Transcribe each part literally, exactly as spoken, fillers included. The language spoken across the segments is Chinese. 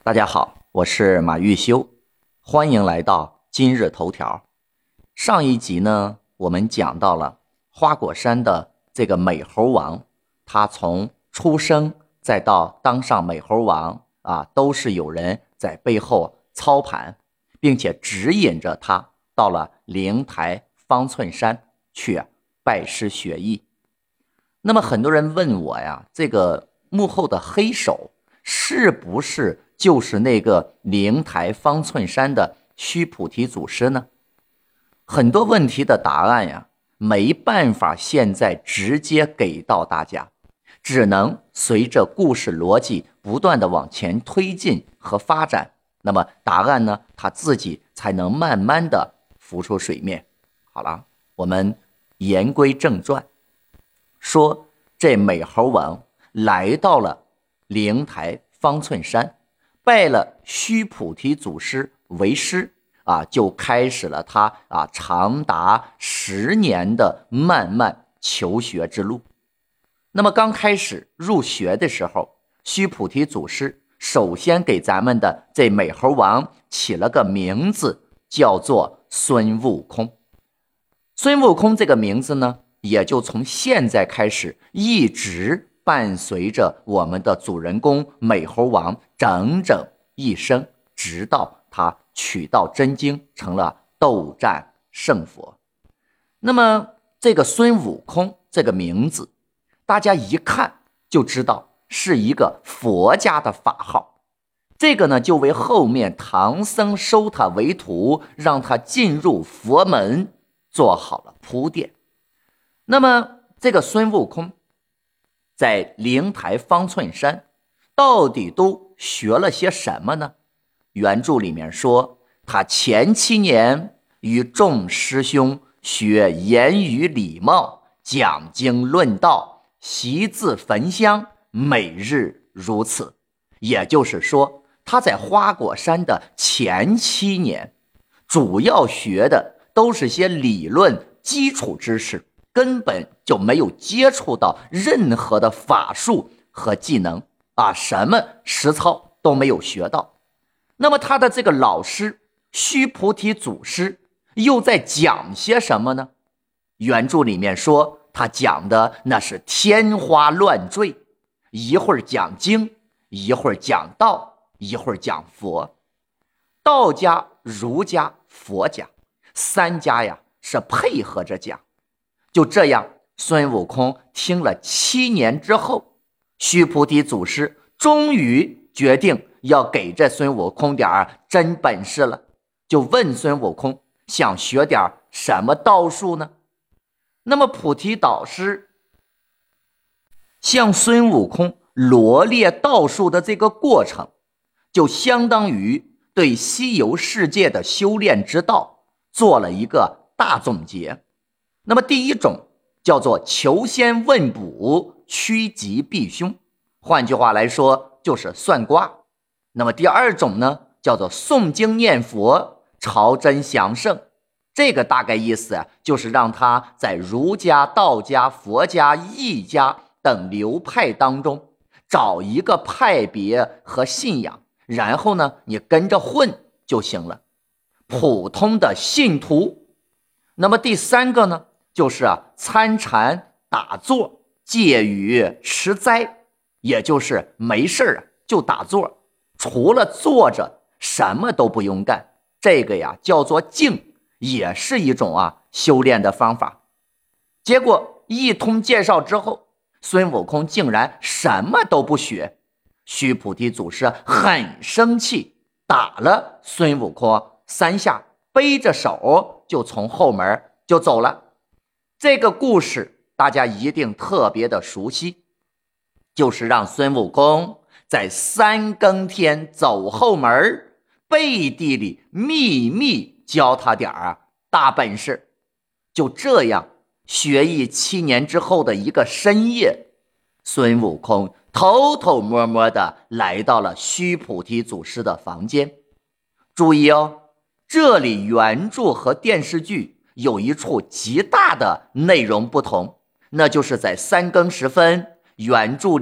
大家好，我是马玉修，欢迎来到今日头条。上一集呢，我们讲到了花果山的这个美猴王，他从出生再到当上美猴王啊，都是有人在背后操盘，并且指引着他到了灵台方寸山去拜师学艺。那么很多人问我呀，这个幕后的黑手是不是就是那个灵台方寸山的须菩提祖师呢？很多问题的答案呀，没办法现在直接给到大家，只能随着故事逻辑不断的往前推进和发展，那么答案呢，它自己才能慢慢的浮出水面。好了，我们言归正传，说这美猴王来到了灵台方寸山，拜了须菩提祖师为师啊，就开始了他啊长达十年的漫漫求学之路。那么刚开始入学的时候，须菩提祖师首先给咱们的这美猴王起了个名字，叫做孙悟空。孙悟空这个名字呢，也就从现在开始一直伴随着我们的主人公美猴王整整一生，直到他取到真经，成了斗战胜佛。那么这个孙悟空这个名字，大家一看就知道是一个佛家的法号，这个呢就为后面唐僧收他为徒，让他进入佛门做好了铺垫。那么这个孙悟空在灵台方寸山到底都学了些什么呢？原著里面说，他前七年与众师兄学言语礼貌，讲经论道，习字焚香，每日如此。也就是说，他在花果山的前七年主要学的都是些理论基础知识，根本就没有接触到任何的法术和技能啊，什么实操都没有学到。那么他的这个老师须菩提祖师又在讲些什么呢？原著里面说，他讲的那是天花乱坠，一会儿讲经，一会儿讲道，一会儿讲佛。道家、儒家、佛家三家呀是配合着讲。就这样，孙悟空听了七年之后，须菩提祖师终于决定要给这孙悟空点真本事了，就问孙悟空想学点什么道术呢？那么菩提导师向孙悟空罗列道术的这个过程，就相当于对西游世界的修炼之道做了一个大总结。那么第一种叫做求仙问卜，趋吉避凶，换句话来说就是算卦。那么第二种呢，叫做诵经念佛，朝真祥圣。这个大概意思啊，就是让他在儒家、道家、佛家、易家等流派当中找一个派别和信仰，然后呢你跟着混就行了，普通的信徒。那么第三个呢，就是啊参禅打坐，戒语持斋，也就是没事啊就打坐，除了坐着什么都不用干，这个呀叫做静，也是一种啊修炼的方法。结果一通介绍之后，孙悟空竟然什么都不学，须菩提祖师很生气，打了孙悟空三下，背着手就从后门就走了。这个故事大家一定特别的熟悉，就是让孙悟空在三更天走后门，背地里秘密教他点儿大本事。就这样，学艺七年之后的一个深夜，孙悟空偷偷摸摸的来到了须菩提祖师的房间。注意哦，这里原著和电视剧有一处极大的内容不同，那就是在三更时分，原著里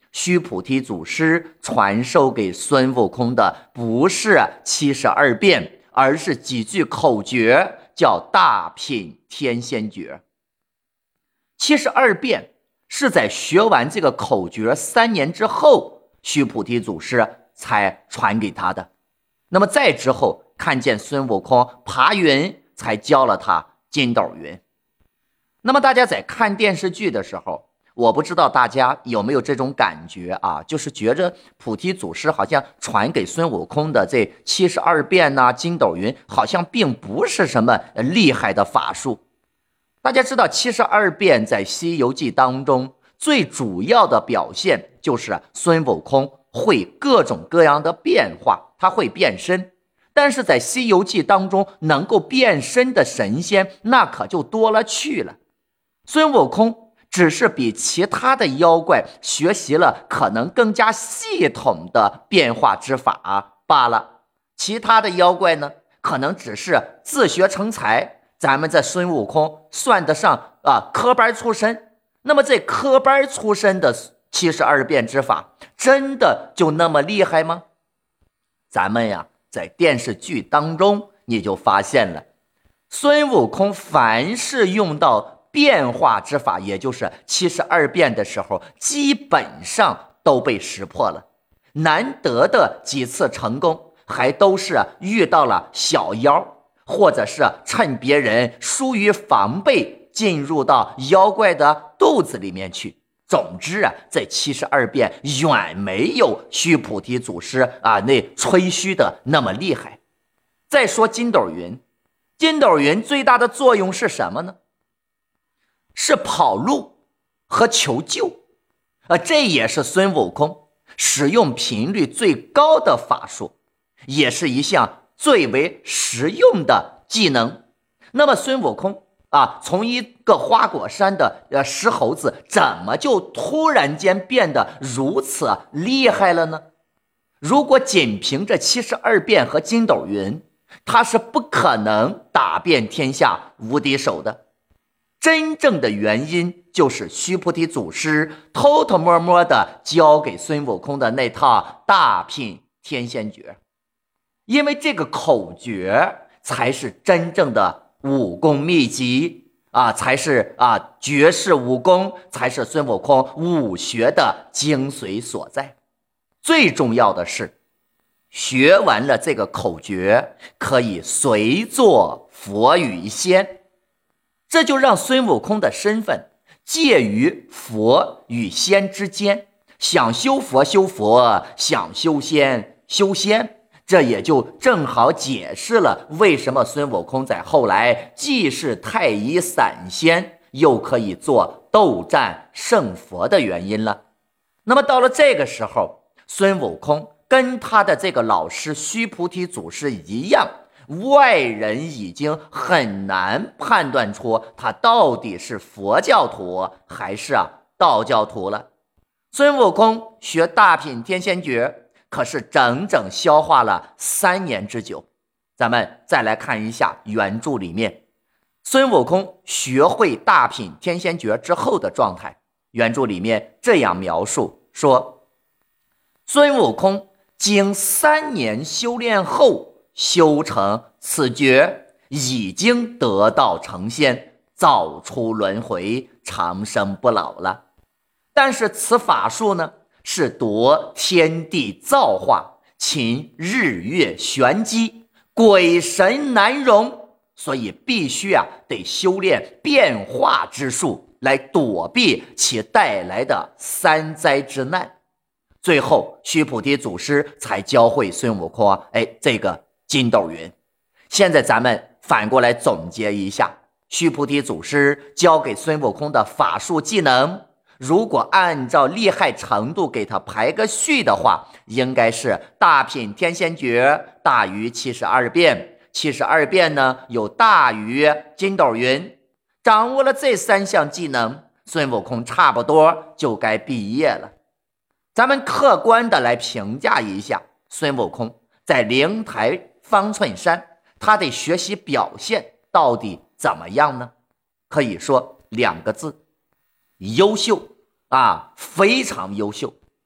须菩提祖师传授给孙悟空的不是七十二变，而是几句口诀，叫大品天仙诀。七十二变是在学完这个口诀三年之后，须菩提祖师才传给他的。那么再之后看见孙悟空爬云，才教了他筋斗云。那么大家在看电视剧的时候，我不知道大家有没有这种感觉啊，就是觉着菩提祖师好像传给孙悟空的这七十二变呐、啊、筋斗云，好像并不是什么厉害的法术。大家知道七十二变在西游记当中最主要的表现就是孙悟空会各种各样的变化，他会变身。但是在西游记当中能够变身的神仙那可就多了去了，孙悟空只是比其他的妖怪学习了可能更加系统的变化之法罢了。其他的妖怪呢，可能只是自学成才，咱们这孙悟空算得上啊科班出身。那么这科班出身的七十二变之法，真的就那么厉害吗？咱们呀，在电视剧当中你就发现了，孙悟空凡是用到变化之法，也就是七十二变的时候，基本上都被识破了。难得的几次成功，还都是遇到了小妖，或者是趁别人疏于防备，进入到妖怪的肚子里面去。总之啊，这七十二变远没有须菩提祖师啊那吹嘘的那么厉害。再说筋斗云，筋斗云最大的作用是什么呢？是跑路和求救，啊，这也是孙悟空使用频率最高的法术，也是一项最为实用的技能。那么孙悟空啊，从一个花果山的呃石猴子，怎么就突然间变得如此厉害了呢？如果仅凭着七十二变和筋斗云，他是不可能打遍天下无敌手的。真正的原因就是须菩提祖师偷偷摸摸的教给孙悟空的那套大品天仙诀，因为这个口诀才是真正的武功秘籍啊，才是啊绝世武功，才是孙悟空武学的精髓所在。最重要的是，学完了这个口诀，可以随作佛与仙。这就让孙悟空的身份介于佛与仙之间，想修佛修佛，想修仙修仙。这也就正好解释了为什么孙悟空在后来既是太乙散仙，又可以做斗战胜佛的原因了。那么到了这个时候，孙悟空跟他的这个老师须菩提祖师一样，外人已经很难判断出他到底是佛教徒还是啊道教徒了。孙悟空学大品天仙诀，可是整整消化了三年之久。咱们再来看一下原著里面，孙悟空学会大品天仙诀之后的状态。原著里面这样描述说，孙悟空经三年修炼后，修成此诀，已经得道成仙，早出轮回，长生不老了。但是此法术呢，是夺天地造化，擒日月玄机，鬼神难容，所以必须啊得修炼变化之术，来躲避其带来的三灾之难。最后须菩提祖师才教会孙悟空啊，哎，这个筋斗云。现在咱们反过来总结一下，须菩提祖师教给孙悟空的法术技能，如果按照厉害程度给他排个序的话，应该是大品天仙诀大于七十二变，七十二变呢有大于筋斗云。掌握了这三项技能，孙悟空差不多就该毕业了。咱们客观的来评价一下孙悟空在灵台方寸山他的学习表现到底怎么样呢？可以说两个字，优秀啊，非常优秀。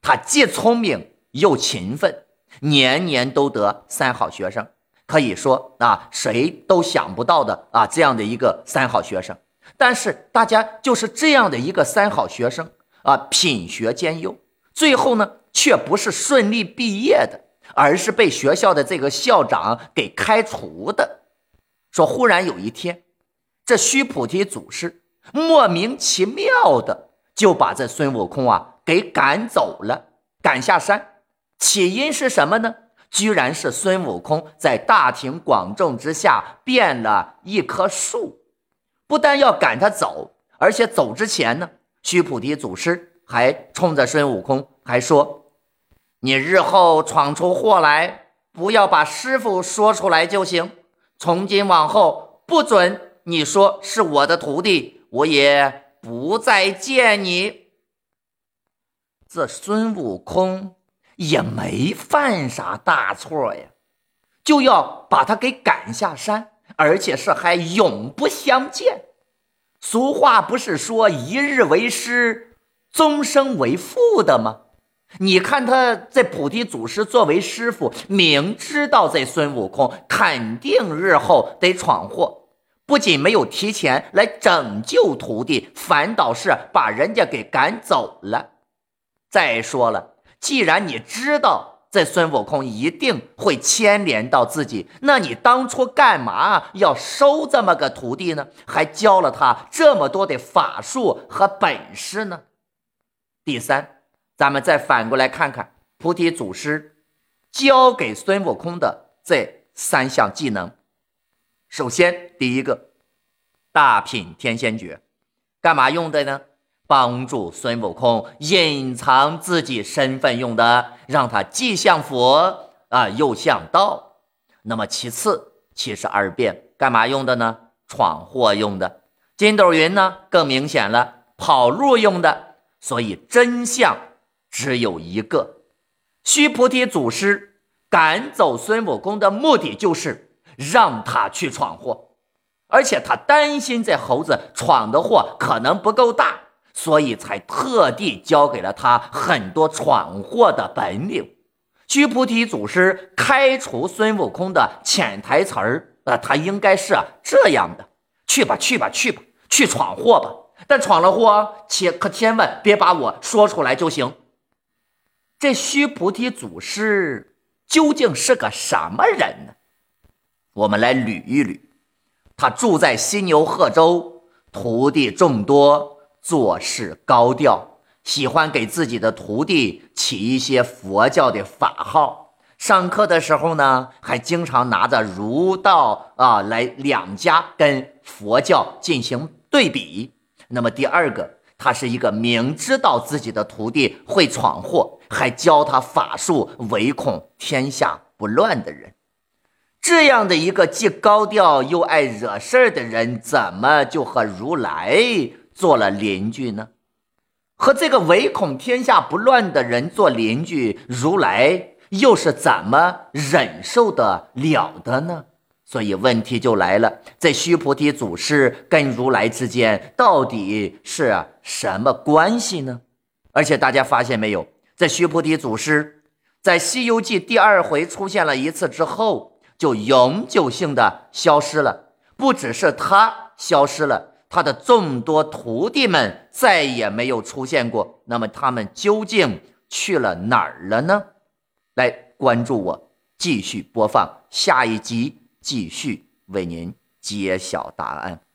他既聪明又勤奋，年年都得三好学生，可以说啊，谁都想不到的啊，这样的一个三好学生。但是大家就是这样的一个三好学生啊，品学兼优，最后呢，却不是顺利毕业的，而是被学校的这个校长给开除的。说忽然有一天，这须菩提祖师莫名其妙的就把这孙悟空啊给赶走了，赶下山。起因是什么呢？居然是孙悟空在大庭广众之下变了一棵树。不但要赶他走，而且走之前呢，须菩提祖师还冲着孙悟空还说，你日后闯出祸来，不要把师父说出来就行，从今往后不准你说是我的徒弟，我也不再见你。这孙悟空也没犯啥大错呀，就要把他给赶下山，而且是还永不相见。俗话不是说一日为师，终生为父的吗？你看他这菩提祖师作为师傅，明知道这孙悟空肯定日后得闯祸，不仅没有提前来拯救徒弟，反倒是把人家给赶走了。再说了，既然你知道这孙悟空一定会牵连到自己，那你当初干嘛要收这么个徒弟呢？还教了他这么多的法术和本事呢？第三，咱们再反过来看看菩提祖师教给孙悟空的这三项技能。首先，第一个，大品天仙诀，干嘛用的呢？帮助孙悟空隐藏自己身份用的，让他既像佛啊又像道。那么其次，七十二变干嘛用的呢？闯祸用的。筋斗云呢更明显了，跑路用的。所以真相只有一个，须菩提祖师赶走孙悟空的目的就是让他去闯祸，而且他担心这猴子闯的祸可能不够大，所以才特地教给了他很多闯祸的本领。须菩提祖师开除孙悟空的潜台词儿，呃，他应该是这样的：去吧，去吧，去吧，去闯祸吧。但闯了祸，且可千万别把我说出来就行。这须菩提祖师究竟是个什么人呢？我们来捋一捋。他住在犀牛贺州，徒弟众多，做事高调，喜欢给自己的徒弟起一些佛教的法号。上课的时候呢，还经常拿着儒道啊来两家跟佛教进行对比。那么第二个，他是一个明知道自己的徒弟会闯祸，还教他法术，唯恐天下不乱的人。这样的一个既高调又爱惹事儿的人，怎么就和如来做了邻居呢？和这个唯恐天下不乱的人做邻居，如来又是怎么忍受得了的呢？所以问题就来了，这须菩提祖师跟如来之间到底是什么关系呢？而且大家发现没有，这须菩提祖师在《西游记》第二回出现了一次之后，就永久性的消失了。不只是他消失了，他的众多徒弟们再也没有出现过。那么他们究竟去了哪儿了呢？来关注我，继续播放下一集，继续为您揭晓答案。